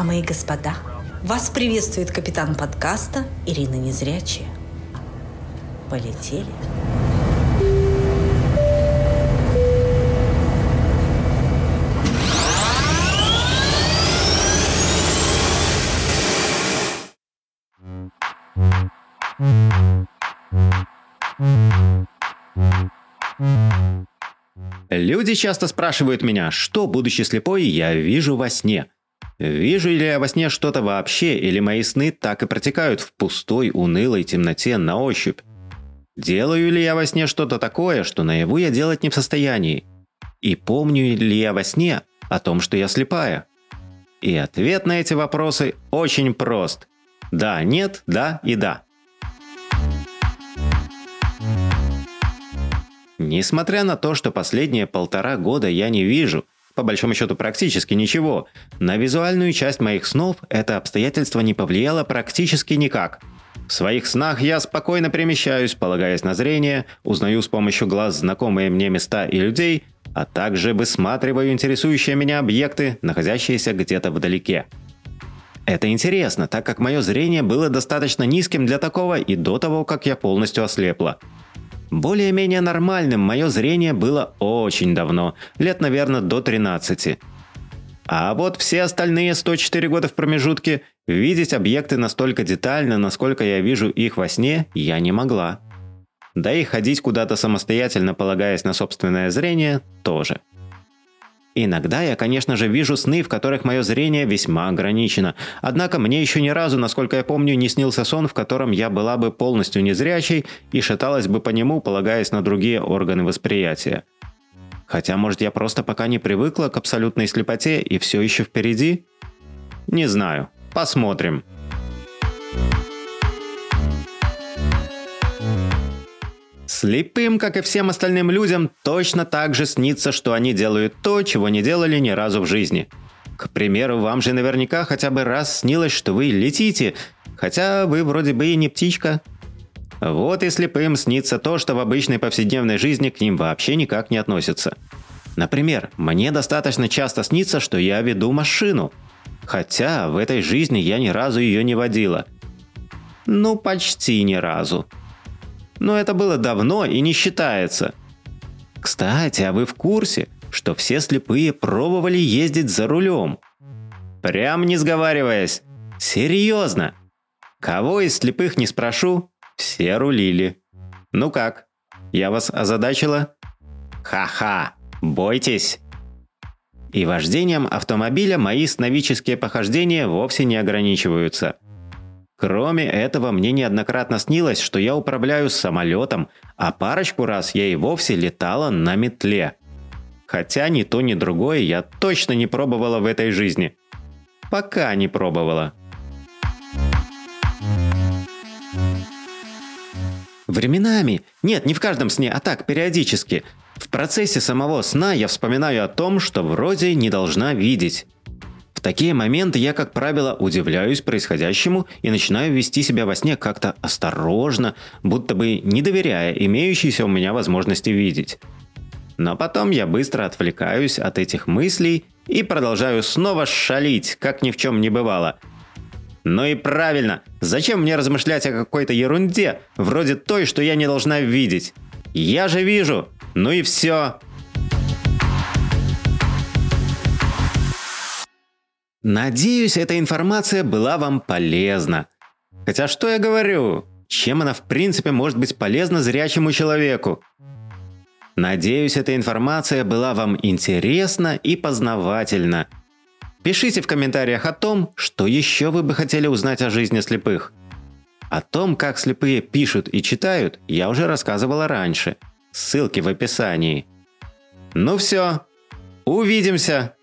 Дамы и господа, вас приветствует капитан подкаста Ирина Незрячая. Полетели. Люди часто спрашивают меня, что, будучи слепой, я вижу во сне. Вижу ли я во сне что-то вообще, или мои сны так и протекают в пустой, унылой темноте на ощупь? Делаю ли я во сне что-то такое, что наяву я делать не в состоянии? И помню ли я во сне о том, что я слепая? И ответ на эти вопросы очень прост. Да, нет, да и да. Несмотря на то, что последние 1,5 года я не вижу, по большому счету практически ничего, на визуальную часть моих снов это обстоятельство не повлияло практически никак. В своих снах я спокойно перемещаюсь, полагаясь на зрение, узнаю с помощью глаз знакомые мне места и людей, а также высматриваю интересующие меня объекты, находящиеся где-то вдалеке. Это интересно, так как мое зрение было достаточно низким для такого и до того, как я полностью ослепла. Более-менее нормальным мое зрение было очень давно, лет, наверное, до 13. А вот все остальные 104 года в промежутке видеть объекты настолько детально, насколько я вижу их во сне, я не могла. Да и ходить куда-то самостоятельно, полагаясь на собственное зрение, тоже. Иногда я, конечно же, вижу сны, в которых мое зрение весьма ограничено. Однако мне еще ни разу, насколько я помню, не снился сон, в котором я была бы полностью незрячей и шаталась бы по нему, полагаясь на другие органы восприятия. Хотя, может, я просто пока не привыкла к абсолютной слепоте и все еще впереди? Не знаю. Посмотрим. Слепым, как и всем остальным людям, точно так же снится, что они делают то, чего не делали ни разу в жизни. К примеру, вам же наверняка хотя бы раз снилось, что вы летите, хотя вы вроде бы и не птичка. Вот и слепым снится то, что в обычной повседневной жизни к ним вообще никак не относится. Например, мне достаточно часто снится, что я веду машину, хотя в этой жизни я ни разу ее не водила. Ну, почти ни разу. Но это было давно и не считается. Кстати, а вы в курсе, что все слепые пробовали ездить за рулем? Прям не сговариваясь. Серьезно. Кого из слепых не спрошу, все рулили. Ну как, я вас озадачила? Ха-ха, бойтесь. И вождением автомобиля мои сновидческие похождения вовсе не ограничиваются. Кроме этого, мне неоднократно снилось, что я управляю самолетом, а парочку раз я и вовсе летала на метле. Хотя ни то, ни другое я точно не пробовала в этой жизни. Пока не пробовала. Временами, нет, не в каждом сне, а так, периодически, в процессе самого сна я вспоминаю о том, что вроде не должна видеть. В такие моменты я, как правило, удивляюсь происходящему и начинаю вести себя во сне как-то осторожно, будто бы не доверяя имеющейся у меня возможности видеть. Но потом я быстро отвлекаюсь от этих мыслей и продолжаю снова шалить, как ни в чем не бывало. Ну и правильно, зачем мне размышлять о какой-то ерунде, вроде той, что я не должна видеть? Я же вижу, ну и все. Надеюсь, эта информация была вам полезна. Хотя что я говорю? Чем она в принципе может быть полезна зрячему человеку? Надеюсь, эта информация была вам интересна и познавательна. Пишите в комментариях о том, что еще вы бы хотели узнать о жизни слепых. О том, как слепые пишут и читают, я уже рассказывала раньше. Ссылки в описании. Ну все, увидимся!